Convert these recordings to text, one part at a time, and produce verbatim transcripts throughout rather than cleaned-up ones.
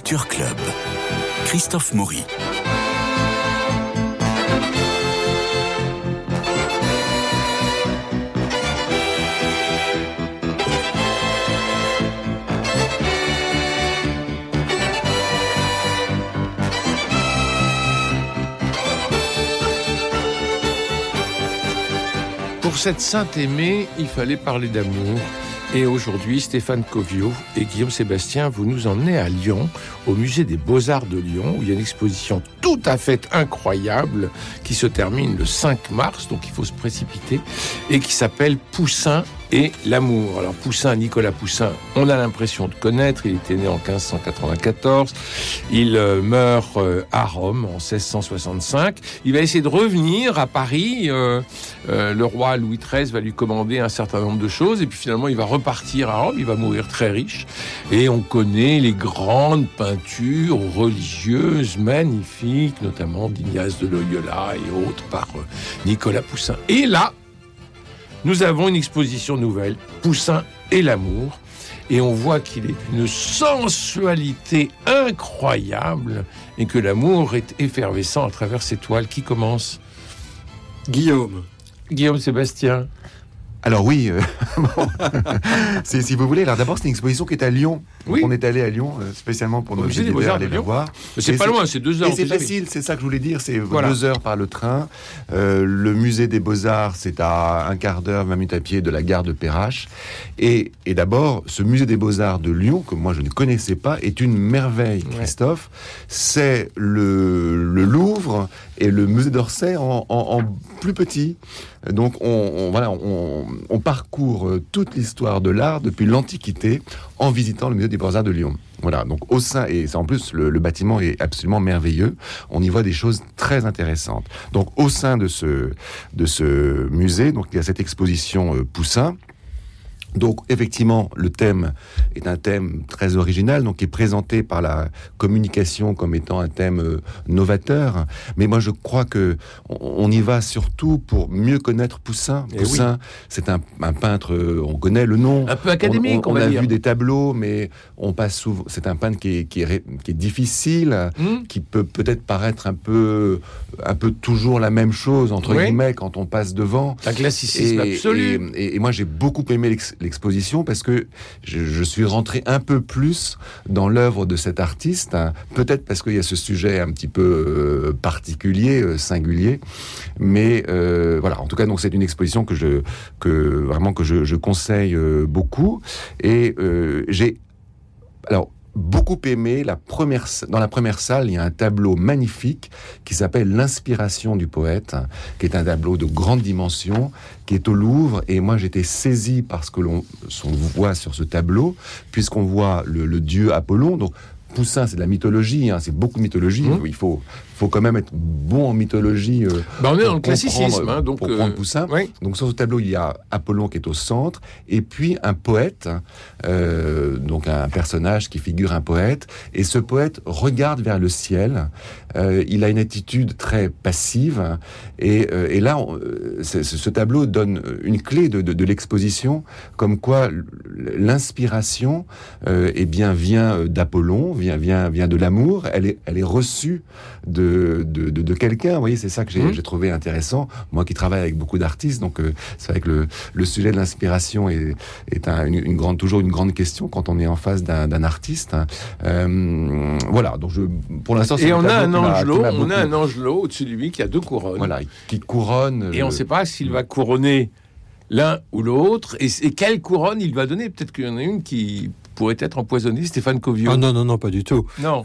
Culture Club. Christophe Maury. Pour cette sainte aimée, il fallait parler d'amour. Et aujourd'hui, Stéphane Covio et Guillaume Sébastien, vous nous emmenez à Lyon, au musée des Beaux-Arts de Lyon, où il y a une exposition tout à fait incroyable qui se termine le cinq mars, donc il faut se précipiter, et qui s'appelle Poussin et l'amour. Alors Poussin, Nicolas Poussin, on a l'impression de connaître, il était né en quinze cent quatre-vingt-quatorze, il euh, meurt euh, à Rome en seize cent soixante-cinq, il va essayer de revenir à Paris, euh, euh, le roi Louis treize va lui commander un certain nombre de choses, et puis finalement il va repartir à Rome, il va mourir très riche, et on connaît les grandes peintures religieuses magnifiques, notamment d'Ignace de Loyola et autres par euh, Nicolas Poussin. Et là, nous avons une exposition nouvelle, Poussin et l'amour, et on voit qu'il est d'une sensualité incroyable et que l'amour est effervescent à travers ces toiles. Qui commence ? Guillaume. Guillaume Sébastien. Alors oui, euh, bon, c'est, si vous voulez. Alors d'abord, c'est une exposition qui est à Lyon. Oui. On est allé à Lyon euh, spécialement pour nos musée des visiteurs Beaux-Arts aller de le Lyon. voir. C'est Et pas loin, c'est deux heures. Et c'est facile, c'est ça que je voulais dire. C'est Voilà. deux heures par le train. Euh, le musée des Beaux-Arts, c'est à un quart d'heure, vingt minutes à pied de la gare de Perrache. Et, et d'abord, ce musée des Beaux-Arts de Lyon, que moi je ne connaissais pas, est une merveille, Christophe. Ouais. C'est le, le Louvre et le musée d'Orsay en, en, en plus petit. Donc on, on, voilà, on, on parcourt toute l'histoire de l'art depuis l'Antiquité en visitant le musée des Beaux-Arts de Lyon. Voilà, donc au sein, et en plus le, le bâtiment est absolument merveilleux, on y voit des choses très intéressantes. Donc au sein de ce, de ce musée, donc il y a cette exposition euh, Poussin. Donc effectivement, le thème est un thème très original, donc qui est présenté par la communication comme étant un thème euh, novateur. Mais moi, je crois que on, on y va surtout pour mieux connaître Poussin. Et Poussin, oui. c'est un, un peintre, euh, on connaît le nom, un peu académique. On, on, on va a dire. vu des tableaux, mais on passe souvent. C'est un peintre qui est, qui est, qui est difficile, mmh. qui peut peut-être paraître un peu, un peu toujours la même chose entre oui. guillemets quand on passe devant. Un classicisme et, absolu. Et, et, et moi, j'ai beaucoup aimé l'ex- l'exposition parce que je, je suis rentré un peu plus dans l'œuvre de cet artiste, hein, peut-être parce qu'il y a ce sujet un petit peu euh, particulier, euh, singulier, mais euh, voilà. En tout cas, donc c'est une exposition que je, que vraiment que je, je conseille euh, beaucoup, et euh, j'ai alors. beaucoup aimé la première, dans la première salle, il y a un tableau magnifique qui s'appelle L'inspiration du poète, qui est un tableau de grande dimension, qui est au Louvre, et moi j'étais saisi par ce que l'on on voit sur ce tableau, puisqu'on voit le, le dieu Apollon. Donc Poussin, c'est de la mythologie, hein, c'est beaucoup de mythologie. Mmh. Il faut, faut quand même être bon en mythologie. Euh, bah on est dans le classicisme, hein, donc pour prendre Poussin. Euh, oui. Donc sur ce tableau, il y a Apollon qui est au centre, et puis un poète, euh, donc un personnage qui figure un poète, et ce poète regarde vers le ciel. Euh, il a une attitude très passive, et, euh, et là, on, ce, ce tableau donne une clé de, de, de l'exposition, comme quoi l'inspiration, euh, eh bien, vient d'Apollon. Vient, vient, vient de l'amour, elle est, elle est reçue de, de, de, de quelqu'un. Vous voyez, c'est ça que j'ai, mmh. j'ai trouvé intéressant. Moi qui travaille avec beaucoup d'artistes, donc euh, c'est vrai que le, le sujet de l'inspiration est, est un, une, une grande, toujours une grande question quand on est en face d'un, d'un artiste. Euh, voilà, donc je, pour l'instant, c'est et on a un angelot, on beaucoup. a un angelot au-dessus de lui qui a deux couronnes. Voilà, qui couronne. Et le... on ne sait pas s'il va couronner l'un ou l'autre, et, et quelle couronne il va donner. Peut-être qu'il y en a une qui pourrait être empoisonné, Stéphane Covio. Oh non, non, non, pas du tout. Non.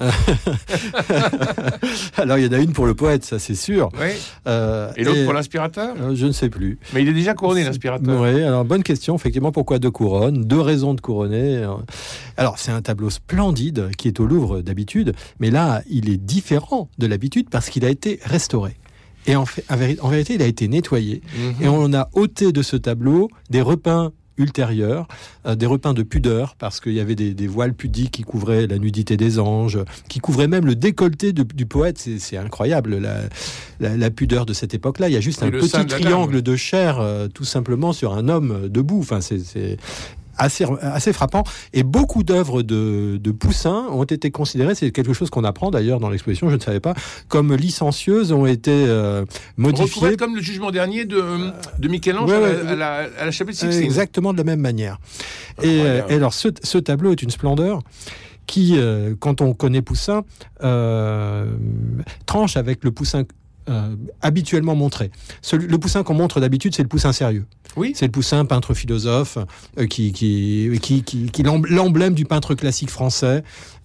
Alors, il y en a une pour le poète, ça c'est sûr. Oui. Euh, et l'autre et, pour l'inspirateur euh, Je ne sais plus. Mais il est déjà couronné, c'est... l'inspirateur. Oui, alors bonne question, effectivement, pourquoi deux couronnes ? Deux raisons de couronner. Alors, c'est un tableau splendide qui est au Louvre d'habitude, mais là, il est différent de l'habitude parce qu'il a été restauré. Et en, fait, en vérité, il a été nettoyé. Mm-hmm. Et on a ôté de ce tableau des repeints ultérieurs, euh, des repeints de pudeur, parce qu'il y avait des, des voiles pudiques qui couvraient la nudité des anges, qui couvraient même le décolleté de, du poète. C'est, c'est incroyable, la, la, la pudeur de cette époque-là. Il y a juste et un petit triangle de chair, euh, tout simplement, sur un homme debout. Enfin, c'est... c'est... assez, assez frappant. Et beaucoup d'œuvres de, de Poussin ont été considérées, c'est quelque chose qu'on apprend d'ailleurs dans l'exposition, je ne savais pas, comme licencieuses, ont été euh, modifiées. Comme le jugement dernier de, de Michel-Ange ouais, à, ouais, la, à, la, à la chapelle Sixtine. Exactement de la même manière. Et, et alors, ce, ce tableau est une splendeur qui, euh, quand on connaît Poussin, euh, tranche avec le Poussin euh, habituellement montré. Celui, le Poussin qu'on montre d'habitude, c'est le Poussin sérieux. Oui. C'est le Poussin, peintre philosophe, euh, qui, qui, qui, qui, qui l'emblème du peintre classique français.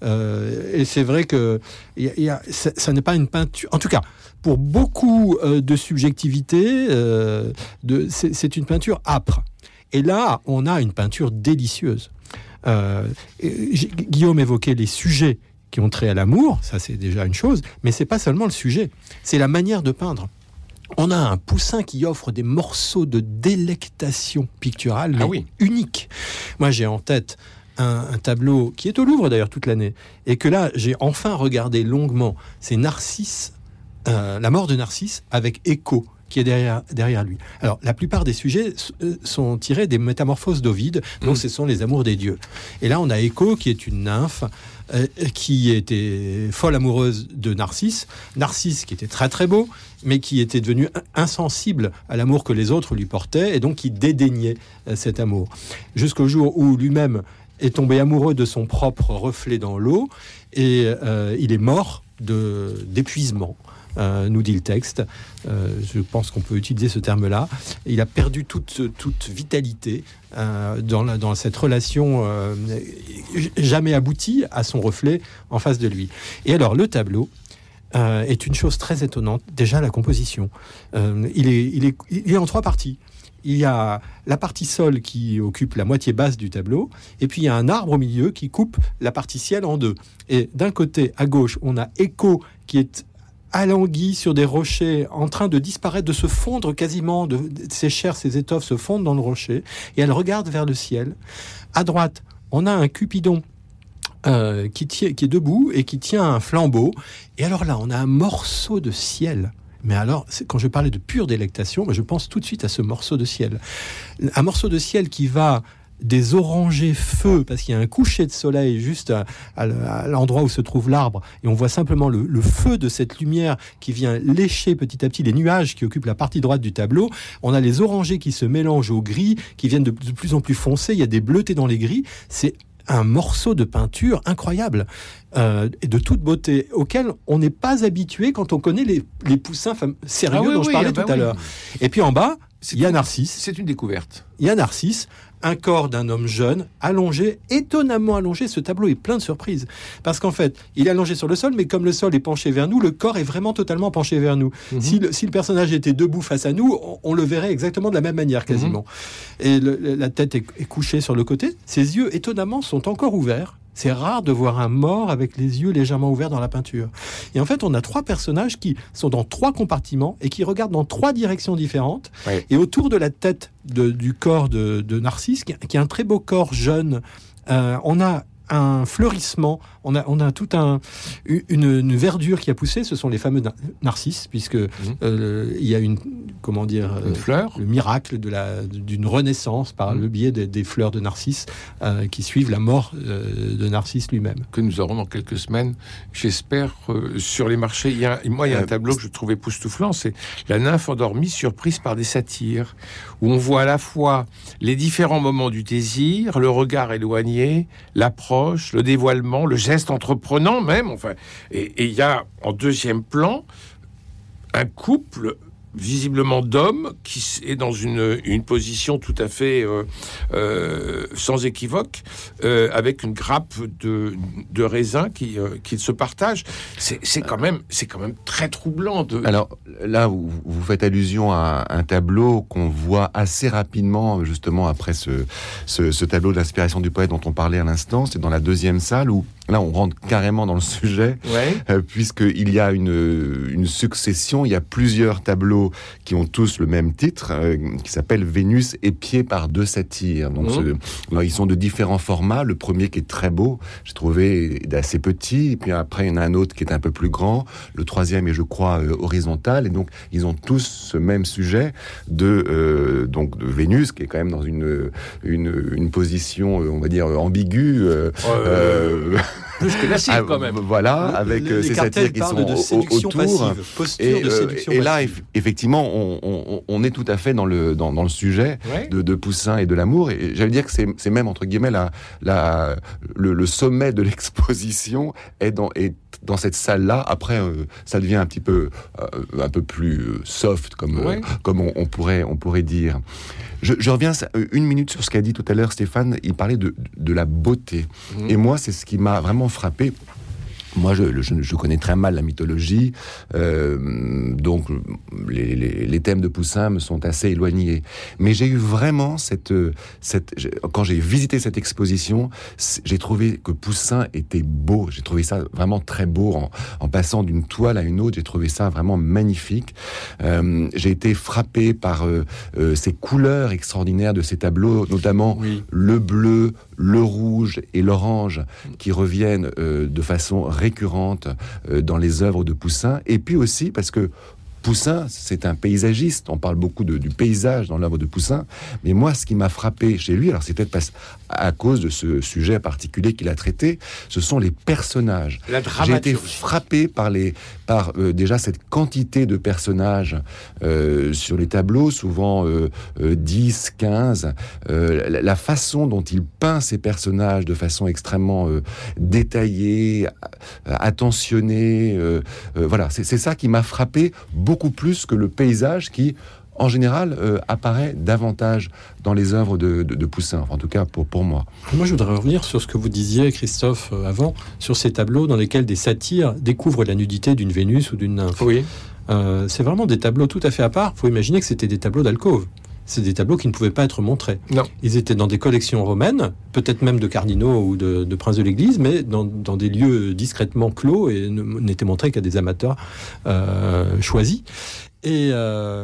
Euh, et c'est vrai que y a, y a, ça, ça n'est pas une peinture... En tout cas, pour beaucoup euh, de subjectivité, euh, de, c'est, c'est une peinture âpre. Et là, on a une peinture délicieuse. Euh, Guillaume évoquait les sujets qui ont trait à l'amour, ça c'est déjà une chose, mais c'est pas seulement le sujet, c'est la manière de peindre. On a un Poussin qui offre des morceaux de délectation picturale, mais ah oui. uniques. Moi j'ai en tête un, un tableau qui est au Louvre d'ailleurs toute l'année, et que là j'ai enfin regardé longuement, c'est Narcisse, euh, la mort de Narcisse avec Écho, qui est derrière, derrière lui. Alors, la plupart des sujets sont tirés des Métamorphoses d'Ovide, donc mmh. ce sont les amours des dieux. Et là, on a Écho, qui est une nymphe, euh, qui était folle amoureuse de Narcisse. Narcisse, qui était très très beau, mais qui était devenu insensible à l'amour que les autres lui portaient, et donc qui dédaignait euh, cet amour. Jusqu'au jour où lui-même est tombé amoureux de son propre reflet dans l'eau, et euh, il est mort de, d'épuisement. Euh, nous dit le texte. Euh, je pense qu'on peut utiliser ce terme-là. Il a perdu toute, toute vitalité euh, dans, la, dans cette relation euh, jamais aboutie à son reflet en face de lui. Et alors, le tableau euh, est une chose très étonnante. Déjà, la composition. Euh, il, est, il, est, il est en trois parties. Il y a la partie sol qui occupe la moitié basse du tableau, et puis il y a un arbre au milieu qui coupe la partie ciel en deux. Et d'un côté, à gauche, on a Écho qui est alangui sur des rochers, en train de disparaître, de se fondre quasiment, de, de ses chairs, ses étoffes se fondent dans le rocher, et elle regarde vers le ciel. À droite, on a un Cupidon euh, qui, tient, qui est debout et qui tient un flambeau, et alors là, on a un morceau de ciel. Mais alors, c'est, quand je parlais de pure délectation, je pense tout de suite à ce morceau de ciel. Un morceau de ciel qui va des orangers feux, parce qu'il y a un coucher de soleil juste à, à, à l'endroit où se trouve l'arbre, et on voit simplement le, le feu de cette lumière qui vient lécher petit à petit les nuages qui occupent la partie droite du tableau. On a les orangers qui se mélangent au gris, qui viennent de, de plus en plus foncés, il y a des bleutés dans les gris. C'est un morceau de peinture incroyable, euh, et de toute beauté, auquel on n'est pas habitué quand on connaît les, les Poussins fam- sérieux ah oui, dont oui, je parlais ah bah tout oui. à l'heure. Et puis en bas, il y a Narcisse. C'est une découverte. Il y a Narcisse, un corps d'un homme jeune, allongé, étonnamment allongé. Ce tableau est plein de surprises. Parce qu'en fait, il est allongé sur le sol, mais comme le sol est penché vers nous, le corps est vraiment totalement penché vers nous. Mm-hmm. Si, le, si le personnage était debout face à nous, on, on le verrait exactement de la même manière, quasiment. Mm-hmm. Et le, la tête est, est couchée sur le côté. Ses yeux, étonnamment, sont encore ouverts. C'est rare de voir un mort avec les yeux légèrement ouverts dans la peinture. Et en fait, on a trois personnages qui sont dans trois compartiments et qui regardent dans trois directions différentes. Oui. Et autour de la tête de, du corps de, de Narcisse, qui, qui est un très beau corps jeune, euh, on a un fleurissement, on a, on a toute un, une, une verdure qui a poussé, ce sont les fameux narcisses, puisque mmh. euh, il y a une, comment dire, une euh, fleur, le miracle de la, d'une renaissance par mmh. le biais des, des fleurs de narcisses euh, qui suivent la mort euh, de Narcisse lui-même. Que nous aurons dans quelques semaines, j'espère, euh, sur les marchés. Il y a, moi, il y a un tableau que je trouvais époustouflant, c'est la nymphe endormie surprise par des satyres, où on voit à la fois les différents moments du désir, le regard éloigné, l'approche, le dévoilement, le geste entreprenant même, enfin, et il y a en deuxième plan un couple visiblement d'homme qui est dans une, une position tout à fait euh, euh, sans équivoque, euh, avec une grappe de, de raisin qui, euh, qui se partage. C'est, c'est, quand même, c'est quand même très troublant. De... Alors là, vous, vous faites allusion à un tableau qu'on voit assez rapidement, justement, après ce, ce, ce tableau de l'inspiration du poète dont on parlait à l'instant. C'est dans la deuxième salle où là on rentre carrément dans le sujet, Ouais. euh, puisqu'il y a une, une succession, il y a plusieurs tableaux qui ont tous le même titre, euh, qui s'appelle Vénus épiée par deux satyres. Donc, Mmh. ce, alors, ils sont de différents formats. Le premier qui est très beau, j'ai trouvé assez petit, et puis après il y en a un autre qui est un peu plus grand. Le troisième est, je crois, euh, horizontal, et donc ils ont tous ce même sujet de euh, donc de Vénus, qui est quand même dans une une, une position, euh, on va dire, ambiguë. Euh, Euh, euh, Plus que classique, ah, quand même. Voilà, avec Les- euh, les ces cartels satyres qui parlent sont de au- séduction autour. passive, posture Et, de euh, séduction et là, passive. eff- effectivement, on, on, on est tout à fait dans le, dans, dans le sujet Ouais. de, de Poussin et de l'amour. Et j'allais dire que c'est, c'est même, entre guillemets, la, la, le, le sommet de l'exposition est dans, est dans cette salle-là. Après, euh, ça devient un petit peu, euh, un peu plus euh, soft, comme, euh, Ouais. comme on, on, pourrait, on pourrait dire. Je, je reviens euh, une minute sur ce qu'a dit tout à l'heure Stéphane. Il parlait de, de la beauté. Mmh. Et moi, c'est ce qui m'a vraiment frappé. Moi, je, je, je connais très mal la mythologie, euh, donc les, les, les thèmes de Poussin me sont assez éloignés. Mais j'ai eu vraiment cette, cette quand j'ai visité cette exposition, j'ai trouvé que Poussin était beau. J'ai trouvé ça vraiment très beau en, en passant d'une toile à une autre. J'ai trouvé ça vraiment magnifique. Euh, j'ai été frappé par euh, euh, ces couleurs extraordinaires de ces tableaux, notamment Oui. le bleu, le rouge et l'orange qui reviennent euh, de façon récurrente euh, dans les œuvres de Poussin. Et puis aussi parce que Poussin, c'est un paysagiste. On parle beaucoup de, du paysage dans l'œuvre de Poussin. Mais moi, ce qui m'a frappé chez lui, alors c'est peut-être pas à cause de ce sujet particulier qu'il a traité, ce sont les personnages. La J'ai été dramaturgie. frappé par, les, par euh, déjà cette quantité de personnages euh, sur les tableaux, souvent euh, euh, dix, quinze. Euh, la, la façon dont il peint ces personnages de façon extrêmement euh, détaillée, attentionnée. Euh, euh, voilà, c'est, c'est ça qui m'a frappé beaucoup plus que le paysage qui, en général, euh, apparaît davantage dans les œuvres de, de, de Poussin, enfin, en tout cas pour, pour moi. Moi, je voudrais revenir sur ce que vous disiez, Christophe, euh, avant, sur ces tableaux dans lesquels des satyres découvrent la nudité d'une Vénus ou d'une nymphe. Oui. Euh, c'est vraiment des tableaux tout à fait à part. Il faut imaginer que c'était des tableaux d'alcôve. C'est des tableaux qui ne pouvaient pas être montrés. Non. Ils étaient dans des collections romaines, peut-être même de cardinaux ou de, de princes de l'Église, mais dans, dans des lieux discrètement clos et ne, n'étaient montrés qu'à des amateurs euh, choisis. Et euh,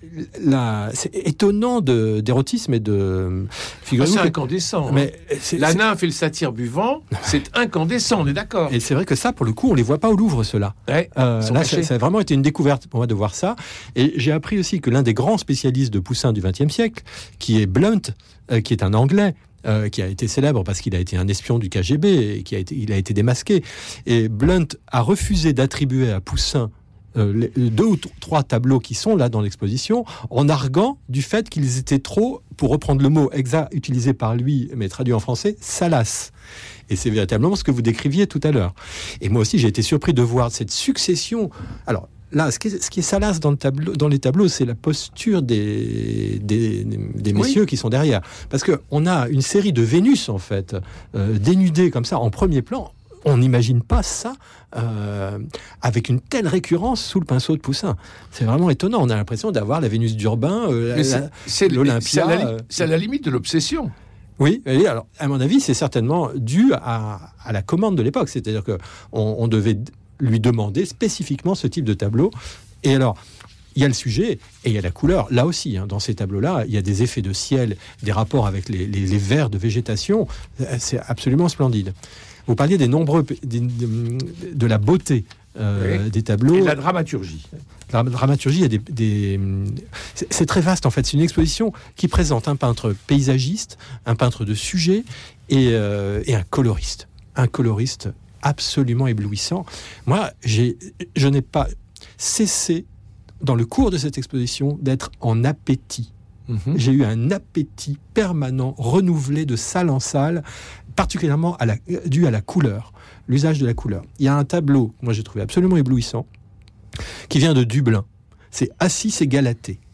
là, c'est étonnant de, d'érotisme et de... Ah, figurez-vous c'est que- incandescent. hein. mais c'est, La c'est- nymphe et le satyre buvant, c'est incandescent, on est d'accord. Et c'est vrai que ça, pour le coup, on les voit pas au Louvre, ceux-là. Ouais, Euh, ils sont là, cachés. ça, ça a vraiment été une découverte pour moi de voir ça. Et j'ai appris aussi que l'un des grands spécialistes de Poussin du vingtième siècle, qui est Blunt, euh, qui est un Anglais, euh, qui a été célèbre parce qu'il a été un espion du K G B et qui a été, il a été démasqué. Et Blunt a refusé d'attribuer à Poussin euh, les deux ou t- trois tableaux qui sont là dans l'exposition, en arguant du fait qu'ils étaient trop, pour reprendre le mot exact utilisé par lui, mais traduit en français, salaces. Et c'est véritablement ce que vous décriviez tout à l'heure. Et moi aussi, j'ai été surpris de voir cette succession. Alors là, ce qui est, ce qui est salace dans, le tableau, dans les tableaux, c'est la posture des, des, des messieurs Oui. qui sont derrière. Parce qu'on a une série de Vénus, en fait, euh, dénudées comme ça, en premier plan. On n'imagine pas ça euh, avec une telle récurrence sous le pinceau de Poussin. C'est vraiment étonnant. On a l'impression d'avoir la Vénus d'Urbain, euh, Mais la- c'est, c'est, l'Olympia, c'est, à la, li- euh, c'est à la limite de l'obsession. Oui, et alors, à mon avis, c'est certainement dû à, à la commande de l'époque. C'est-à-dire qu'on on devait lui demander spécifiquement ce type de tableau. Et alors, il y a le sujet et il y a la couleur. Là aussi, hein, dans ces tableaux-là, il y a des effets de ciel, des rapports avec les, les, les verts de végétation. C'est absolument splendide. Vous parliez des nombreux, des- de, de la beauté euh, Oui. des tableaux. Et la dramaturgie. La dramaturgie, il y a des, des- c'est, c'est très vaste en fait. C'est une exposition qui présente un peintre paysagiste, un peintre de sujet et, euh, et un coloriste. Un coloriste absolument éblouissant. Moi, j'ai, je n'ai pas cessé, dans le cours de cette exposition, d'être en appétit. Mhm. J'ai eu un appétit permanent, renouvelé de salle en salle, particulièrement à la, dû à la couleur, l'usage de la couleur. Il y a un tableau, moi j'ai trouvé absolument éblouissant, qui vient de Dublin. C'est Assis et Galatée.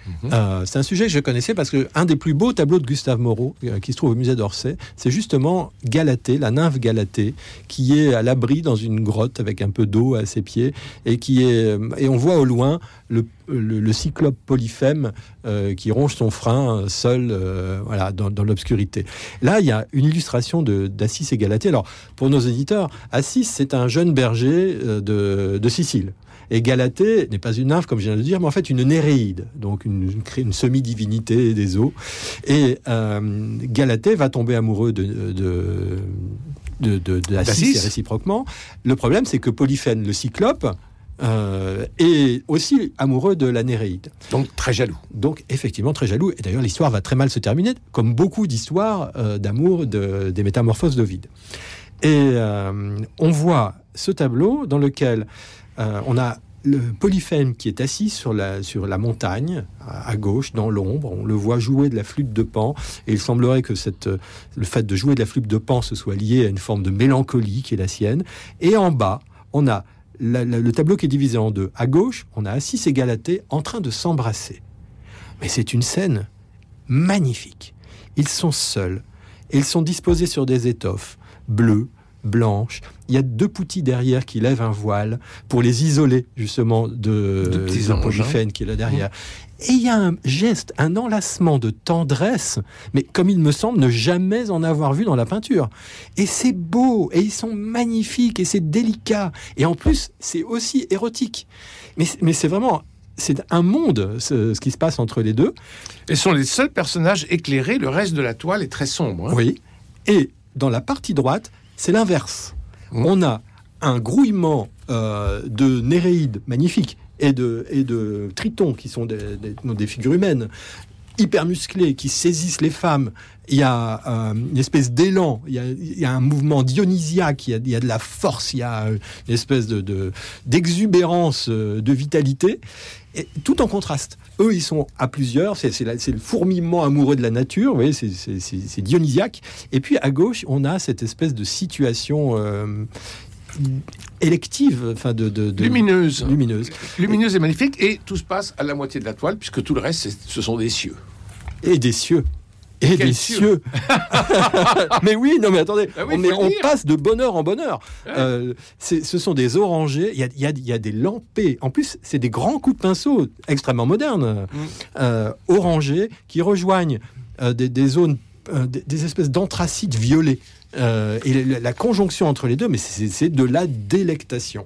Mmh. Euh, c'est un sujet que je connaissais parce que un des plus beaux tableaux de Gustave Moreau, euh, qui se trouve au musée d'Orsay, c'est justement Galatée, la nymphe Galatée, qui est à l'abri dans une grotte avec un peu d'eau à ses pieds, et qui est, et on voit au loin le, le, le cyclope Polyphème euh, qui ronge son frein seul, euh, voilà, dans, dans l'obscurité. Là, il y a une illustration de, d'Assis et Galatée. Alors, pour nos éditeurs, Assis, c'est un jeune berger euh, de, de Sicile. Et Galatée n'est pas une nymphe, comme je viens de le dire, mais en fait une Néréide, donc une, une, une semi-divinité des eaux. Et euh, Galatée va tomber amoureux de, de, de, de, de Assis, et réciproquement. Le problème, c'est que Polyphème, le cyclope, euh, est aussi amoureux de la Néréide. Donc très jaloux. Donc effectivement très jaloux. Et d'ailleurs, l'histoire va très mal se terminer, comme beaucoup d'histoires euh, d'amour de, des Métamorphoses d'Ovide. Et euh, on voit ce tableau dans lequel Euh, on a le Polyphème qui est assis sur la, sur la montagne, à, à gauche, dans l'ombre. On le voit jouer de la flûte de Pan. Et il semblerait que cette, le fait de jouer de la flûte de Pan se soit lié à une forme de mélancolie qui est la sienne. Et en bas, on a la, la, le tableau qui est divisé en deux. À gauche, on a Assis et Galatée en train de s'embrasser. Mais c'est une scène magnifique. Ils sont seuls. Et ils sont disposés sur des étoffes bleues, blanche. Il y a deux poutis derrière qui lèvent un voile pour les isoler justement de, de, petits de anges, Polyphème hein. qui est là derrière. Mmh. Et il y a un geste, un enlacement de tendresse, mais comme il me semble ne jamais en avoir vu dans la peinture. Et c'est beau, et ils sont magnifiques, et c'est délicat. Et en plus, c'est aussi érotique. Mais, mais c'est vraiment... C'est un monde, ce, ce qui se passe entre les deux. Et ce sont les seuls personnages éclairés. Le reste de la toile est très sombre. Hein. Oui. Et dans la partie droite, c'est l'inverse. Mmh. On a un grouillement euh, de Néréides magnifiques et de, et de Tritons, qui sont des, des, des figures humaines, hyper musclées, qui saisissent les femmes. Il y a euh, une espèce d'élan, il y a, il y a un mouvement dionysiaque, il y a, il y a de la force, il y a une espèce de, de, d'exubérance, de vitalité, et tout en contraste. Eux, ils sont à plusieurs, c'est, c'est, la, c'est le fourmillement amoureux de la nature, vous voyez, c'est, c'est, c'est, c'est dionysiaque. Et puis à gauche, on a cette espèce de situation euh, élective, enfin de, de, de lumineuse, lumineuse, lumineuse et magnifique. Et tout se passe à la moitié de la toile, puisque tout le reste, c'est, ce sont des cieux. Et des cieux. Et Quel des cieux. cieux. Mais oui, non mais attendez, ah oui, on, est, on dire. passe de bonheur en bonheur. Ouais. Euh, c'est, ce sont des orangers, il y a, il y a, il y a des lampées. En plus, c'est des grands coups de pinceau extrêmement modernes. Mm. Euh, orangers qui rejoignent euh, des, des zones, euh, des, des espèces d'anthracite violet. Euh, et la, la conjonction entre les deux, mais c'est, c'est de la délectation.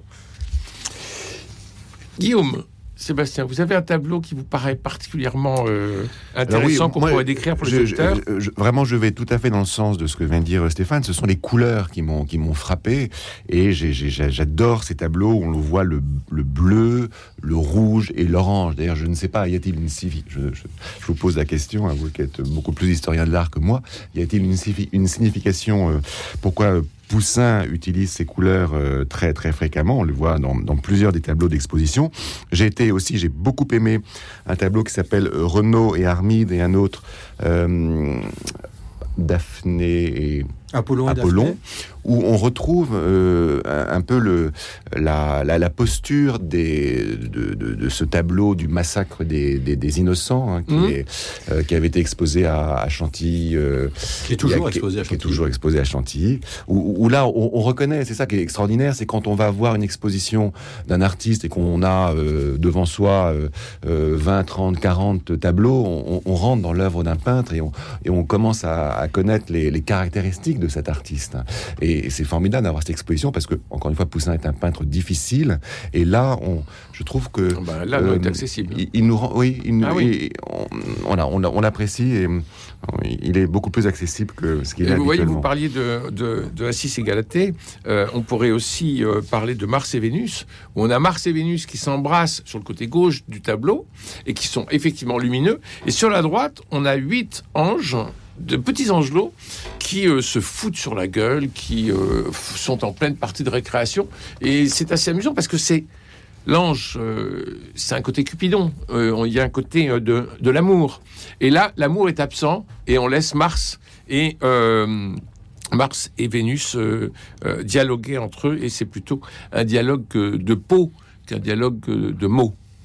Guillaume, Sébastien, vous avez un tableau qui vous paraît particulièrement euh, intéressant, oui, qu'on moi, pourrait décrire pour je, les auditeurs. je, je, Vraiment, je vais tout à fait dans le sens de ce que vient de dire Stéphane. Ce sont les couleurs qui m'ont, qui m'ont frappé. Et j'ai, j'ai, j'adore ces tableaux où on le voit le, le bleu, le rouge et l'orange. D'ailleurs, je ne sais pas, y a-t-il une signification je, je, je vous pose la question, à vous qui êtes beaucoup plus historien de l'art que moi. Y a-t-il une, une signification euh, pourquoi euh, Poussin utilise ces couleurs euh, très très fréquemment, on le voit dans, dans plusieurs des tableaux d'exposition. J'ai été aussi, j'ai beaucoup aimé un tableau qui s'appelle Renaud et Armide et un autre euh, Daphné et Apollon, Apollon, et où on retrouve euh, un, un peu le, la, la, la posture des, de, de, de ce tableau du massacre des, des, des innocents, hein, qui, mmh. est, euh, qui avait été exposé à, à Chantilly, euh, qui est toujours a, exposé à Chantilly, qui est toujours exposé à Chantilly, où, où là on, on reconnaît, c'est ça qui est extraordinaire, c'est quand on va voir une exposition d'un artiste et qu'on a euh, devant soi euh, euh, vingt, trente, quarante tableaux, on, on rentre dans l'œuvre d'un peintre et on, et on commence à, à connaître les, les caractéristiques de cet artiste. Et c'est formidable d'avoir cette exposition parce que, encore une fois, Poussin est un peintre difficile. Et là, on, je trouve que... Ben là, euh, il est accessible. Il, il nous rend... Oui, il, ah oui. il, on, on, on, on l'apprécie et il est beaucoup plus accessible que ce qu'il est et vous voyez, habituellement. vous parliez de, de, de Assis et Galatée. Euh, on pourrait aussi euh, parler de Mars et Vénus, où on a Mars et Vénus qui s'embrassent sur le côté gauche du tableau et qui sont effectivement lumineux. Et sur la droite, on a huit anges, de petits angelots qui euh, se foutent sur la gueule, qui euh, sont en pleine partie de récréation. Et c'est assez amusant parce que c'est l'ange, euh, c'est un côté Cupidon. Euh, il y a un côté euh, de, de l'amour. Et là, l'amour est absent et on laisse Mars et euh, Mars et Vénus euh, euh, dialoguer entre eux. Et c'est plutôt un dialogue de peau qu'un dialogue de mots.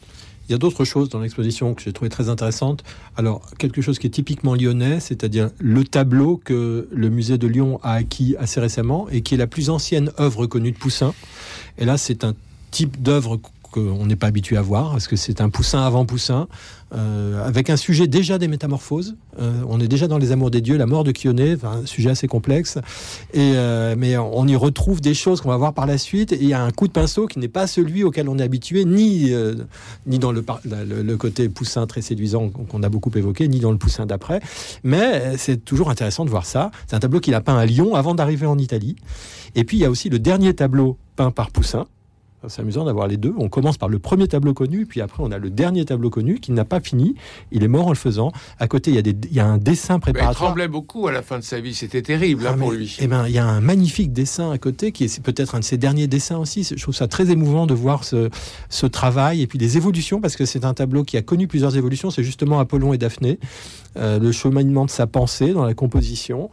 Il y a d'autres choses dans l'exposition que j'ai trouvé très intéressantes. Alors, quelque chose qui est typiquement lyonnais, c'est-à-dire le tableau que le musée de Lyon a acquis assez récemment et qui est la plus ancienne œuvre connue de Poussin. Et là, c'est un type d'œuvre qu'on n'est pas habitué à voir, parce que c'est un Poussin avant Poussin, euh, avec un sujet déjà des métamorphoses. Euh, on est déjà dans les amours des dieux, la mort de Chioné, enfin, un sujet assez complexe. Et, euh, mais on y retrouve des choses qu'on va voir par la suite. Et il y a un coup de pinceau qui n'est pas celui auquel on est habitué, ni, euh, ni dans le, le, le côté Poussin très séduisant qu'on a beaucoup évoqué, ni dans le Poussin d'après. Mais c'est toujours intéressant de voir ça. C'est un tableau qu'il a peint à Lyon avant d'arriver en Italie. Et puis il y a aussi le dernier tableau peint par Poussin. C'est amusant d'avoir les deux. On commence par le premier tableau connu, puis après on a le dernier tableau connu qui n'a pas fini. Il est mort en le faisant. À côté, il y a, des, il y a un dessin préparatoire. Il tremblait beaucoup à la fin de sa vie. C'était terrible ah, hein, pour lui. Eh ben, il y a un magnifique dessin à côté qui est peut-être un de ses derniers dessins aussi. Je trouve ça très émouvant de voir ce, ce travail et puis les évolutions, parce que c'est un tableau qui a connu plusieurs évolutions. C'est justement Apollon et Daphné, euh, le cheminement de sa pensée dans la composition.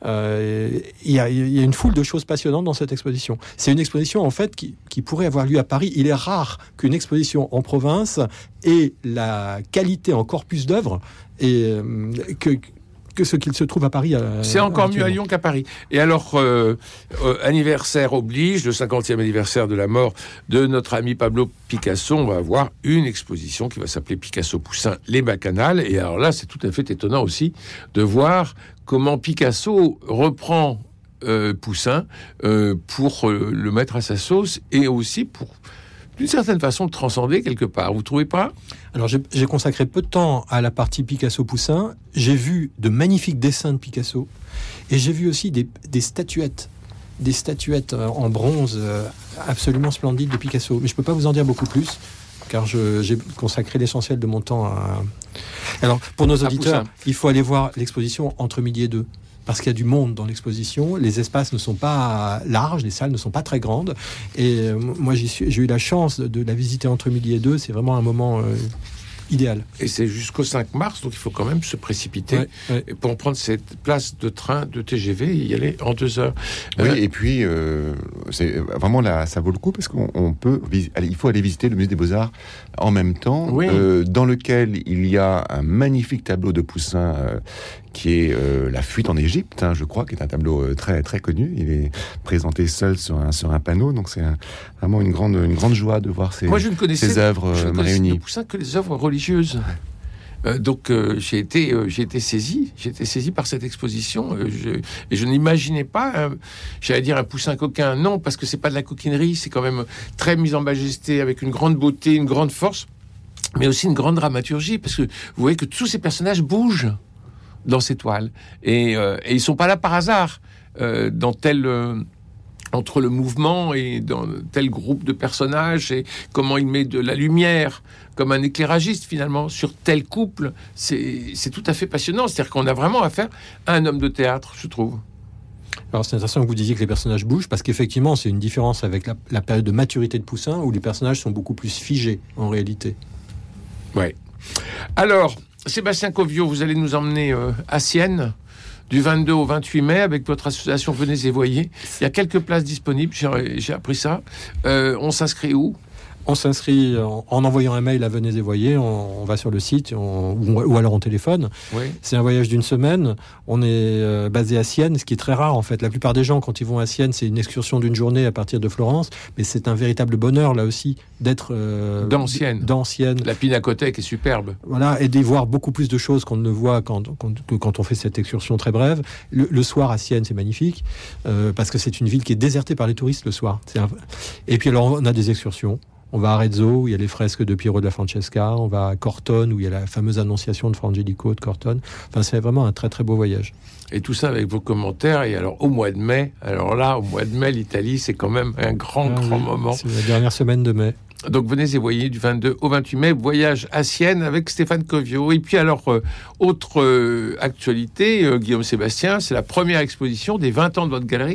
Euh, il, y a, il y a une foule de choses passionnantes dans cette exposition. C'est une exposition en fait qui, qui pourrait avoir lieu à Paris. Il est rare qu'une exposition en province ait la qualité en corpus d'œuvres et euh, que que ce qu'il se trouve à Paris. Euh, c'est encore mieux à Lyon qu'à Paris. Et alors, euh, euh, anniversaire oblige, le cinquantième anniversaire de la mort de notre ami Pablo Picasso, on va avoir une exposition qui va s'appeler Picasso-Poussin, les Bacchanales. Et alors là, c'est tout à fait étonnant aussi de voir comment Picasso reprend euh, Poussin euh, pour euh, le mettre à sa sauce et aussi pour, d'une certaine façon, transcender quelque part. Vous trouvez pas ? Alors, j'ai, j'ai consacré peu de temps à la partie Picasso-Poussin. J'ai vu de magnifiques dessins de Picasso et j'ai vu aussi des, des statuettes, des statuettes en bronze absolument splendides de Picasso. Mais je peux pas vous en dire beaucoup plus, car je, j'ai consacré l'essentiel de mon temps à... Alors, pour nos auditeurs, il faut aller voir l'exposition Entre midi et deux. Parce qu'il y a du monde dans l'exposition, les espaces ne sont pas larges, les salles ne sont pas très grandes. Et euh, moi, j'y suis, j'ai eu la chance de, de la visiter entre midi et deux. C'est vraiment un moment euh, idéal. Et c'est jusqu'au cinq mars, donc il faut quand même se précipiter ouais, ouais. pour prendre cette place de train, de T G V et y aller en deux heures. Oui, euh, et puis euh, c'est vraiment là, ça vaut le coup parce qu'on on peut, allez, il faut aller visiter le musée des Beaux-Arts en même temps, oui. euh, dans lequel il y a un magnifique tableau de Poussin. Euh, qui est euh, La fuite en Égypte, hein, je crois, qui est un tableau euh, très très connu. Il est présenté seul sur un sur un panneau, donc c'est un, vraiment une grande une grande joie de voir ces, Moi, je ne connaissais, ces œuvres je ne euh, réunies. De Poussin que les œuvres religieuses. Euh, donc euh, j'ai été euh, j'ai été saisi j'ai été saisi par cette exposition euh, je, et je n'imaginais pas euh, j'allais dire un Poussin coquin, non, parce que c'est pas de la coquinerie, c'est quand même très mis en majesté, avec une grande beauté, une grande force, mais aussi une grande dramaturgie, parce que vous voyez que tous ces personnages bougent dans ces toiles et, euh, et ils sont pas là par hasard euh, dans tel euh, entre le mouvement et dans tel groupe de personnages, et comment il met de la lumière comme un éclairagiste finalement sur tel couple. C'est, c'est tout à fait passionnant. C'est-à-dire qu'on a vraiment affaire à un homme de théâtre, je trouve. Alors c'est intéressant que vous disiez que les personnages bougent, parce qu'effectivement c'est une différence avec la, la période de maturité de Poussin, où les personnages sont beaucoup plus figés en réalité. Ouais. Alors, Sébastien Covio, vous allez nous emmener euh, à Sienne du vingt-deux au vingt-huit mai avec votre association Venez et Voyez. Il y a quelques places disponibles, j'ai, j'ai appris ça. Euh, on s'inscrit où ? On s'inscrit en, en envoyant un mail à Venez et Voyez, on, on va sur le site, on, ou, ou alors on téléphone. Oui. C'est un voyage d'une semaine. On est euh, basé à Sienne, ce qui est très rare en fait. La plupart des gens, quand ils vont à Sienne, c'est une excursion d'une journée à partir de Florence, mais c'est un véritable bonheur là aussi d'être euh, dans Sienne. Dans Sienne. La pinacothèque est superbe. Voilà, et d'y voir beaucoup plus de choses qu'on ne voit quand, quand, que quand on fait cette excursion très brève. Le, le soir à Sienne, c'est magnifique, euh, parce que c'est une ville qui est désertée par les touristes le soir. C'est un... Et puis alors, on a des excursions. On va à Arezzo, où il y a les fresques de Piero della Francesca. On va à Cortone, où il y a la fameuse Annonciation de Fra Angelico de Cortone. Enfin, c'est vraiment un très, très beau voyage. Et tout ça avec vos commentaires. Et alors, au mois de mai, alors là, au mois de mai, l'Italie, c'est quand même un grand, ah, grand oui, moment. C'est la dernière semaine de mai. Donc, venez et voyez du vingt-deux au vingt-huit mai, voyage à Sienne avec Stéphane Covio. Et puis, alors, euh, autre euh, actualité, euh, Guillaume Sébastien, c'est la première exposition des vingt ans de votre galerie.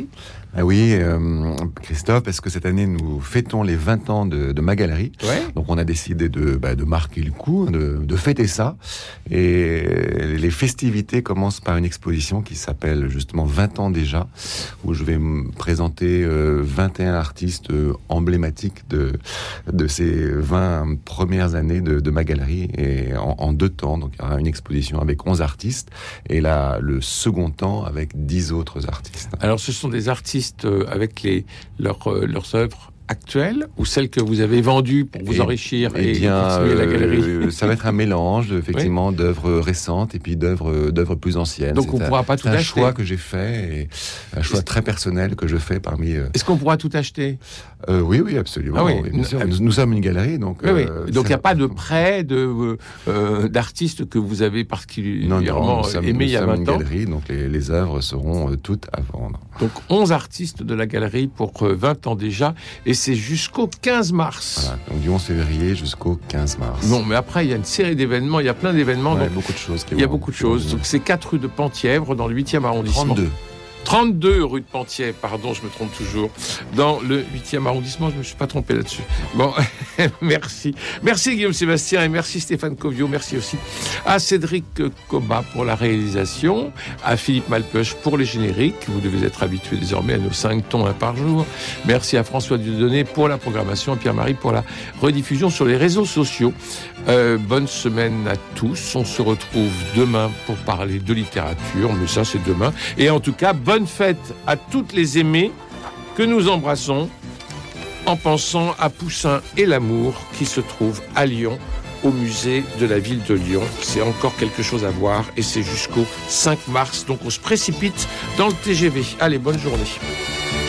Ah oui, euh, Christophe, parce que cette année, nous fêtons les vingt ans de, de ma galerie. Ouais. Donc, on a décidé de, bah, de marquer le coup, de, de fêter ça. Et les festivités commencent par une exposition qui s'appelle justement vingt ans déjà, où je vais me présenter euh, vingt et un artistes emblématiques de, de ces vingt premières années de, de ma galerie, et en, en deux temps. Donc, il y aura une exposition avec onze artistes, et là, le second temps avec dix autres artistes. Alors, ce sont des artistes avec les, leurs, leurs œuvres actuelles ou celles que vous avez vendues pour vous et, enrichir et, et bien, continuer la galerie euh, ça va être un mélange, effectivement, oui. d'œuvres récentes et puis d'œuvres, d'œuvres plus anciennes. Donc, on ne pourra pas tout acheter. C'est un choix que j'ai fait, et un choix très personnel que je fais parmi... Euh... Est-ce qu'on pourra tout acheter ? euh, Oui, oui, absolument. Ah oui. Oui, bien sûr. Nous, nous sommes une galerie, donc... Oui, euh, oui. Donc, il n'y a pas de prêt de, euh, d'artistes que vous avez particulièrement aimés il y a vingt ans. Nous sommes une galerie, donc les, les œuvres seront euh, toutes à vendre. Donc, onze artistes de la galerie pour euh, vingt ans déjà, et c'est jusqu'au quinze mars. Voilà, donc du onze février jusqu'au quinze mars. Non, mais après, il y a une série d'événements, il y a plein d'événements. Ouais, donc, beaucoup de choses. Il y a beaucoup de choses. Donc, c'est quatre rue de Penthièvre, dans le huitième arrondissement. trente-deux. trente-deux rue de Penthièvre, pardon, je me trompe toujours, dans le huitième arrondissement, je ne me suis pas trompé là-dessus. Bon, merci. Merci Guillaume Sébastien et merci Stéphane Covio, merci aussi à Cédric Coba pour la réalisation, à Philippe Malpeuch pour les génériques, vous devez être habitué désormais à nos cinq tons un par jour. Merci à François Dieudonné pour la programmation et Pierre-Marie pour la rediffusion sur les réseaux sociaux. Euh, bonne semaine à tous, on se retrouve demain pour parler de littérature, mais ça c'est demain, et en tout cas, bonne fête à toutes les aimées que nous embrassons en pensant à Poussin et l'amour qui se trouve à Lyon, au musée de la ville de Lyon. C'est encore quelque chose à voir et c'est jusqu'au cinq mars. Donc on se précipite dans le T G V. Allez, bonne journée.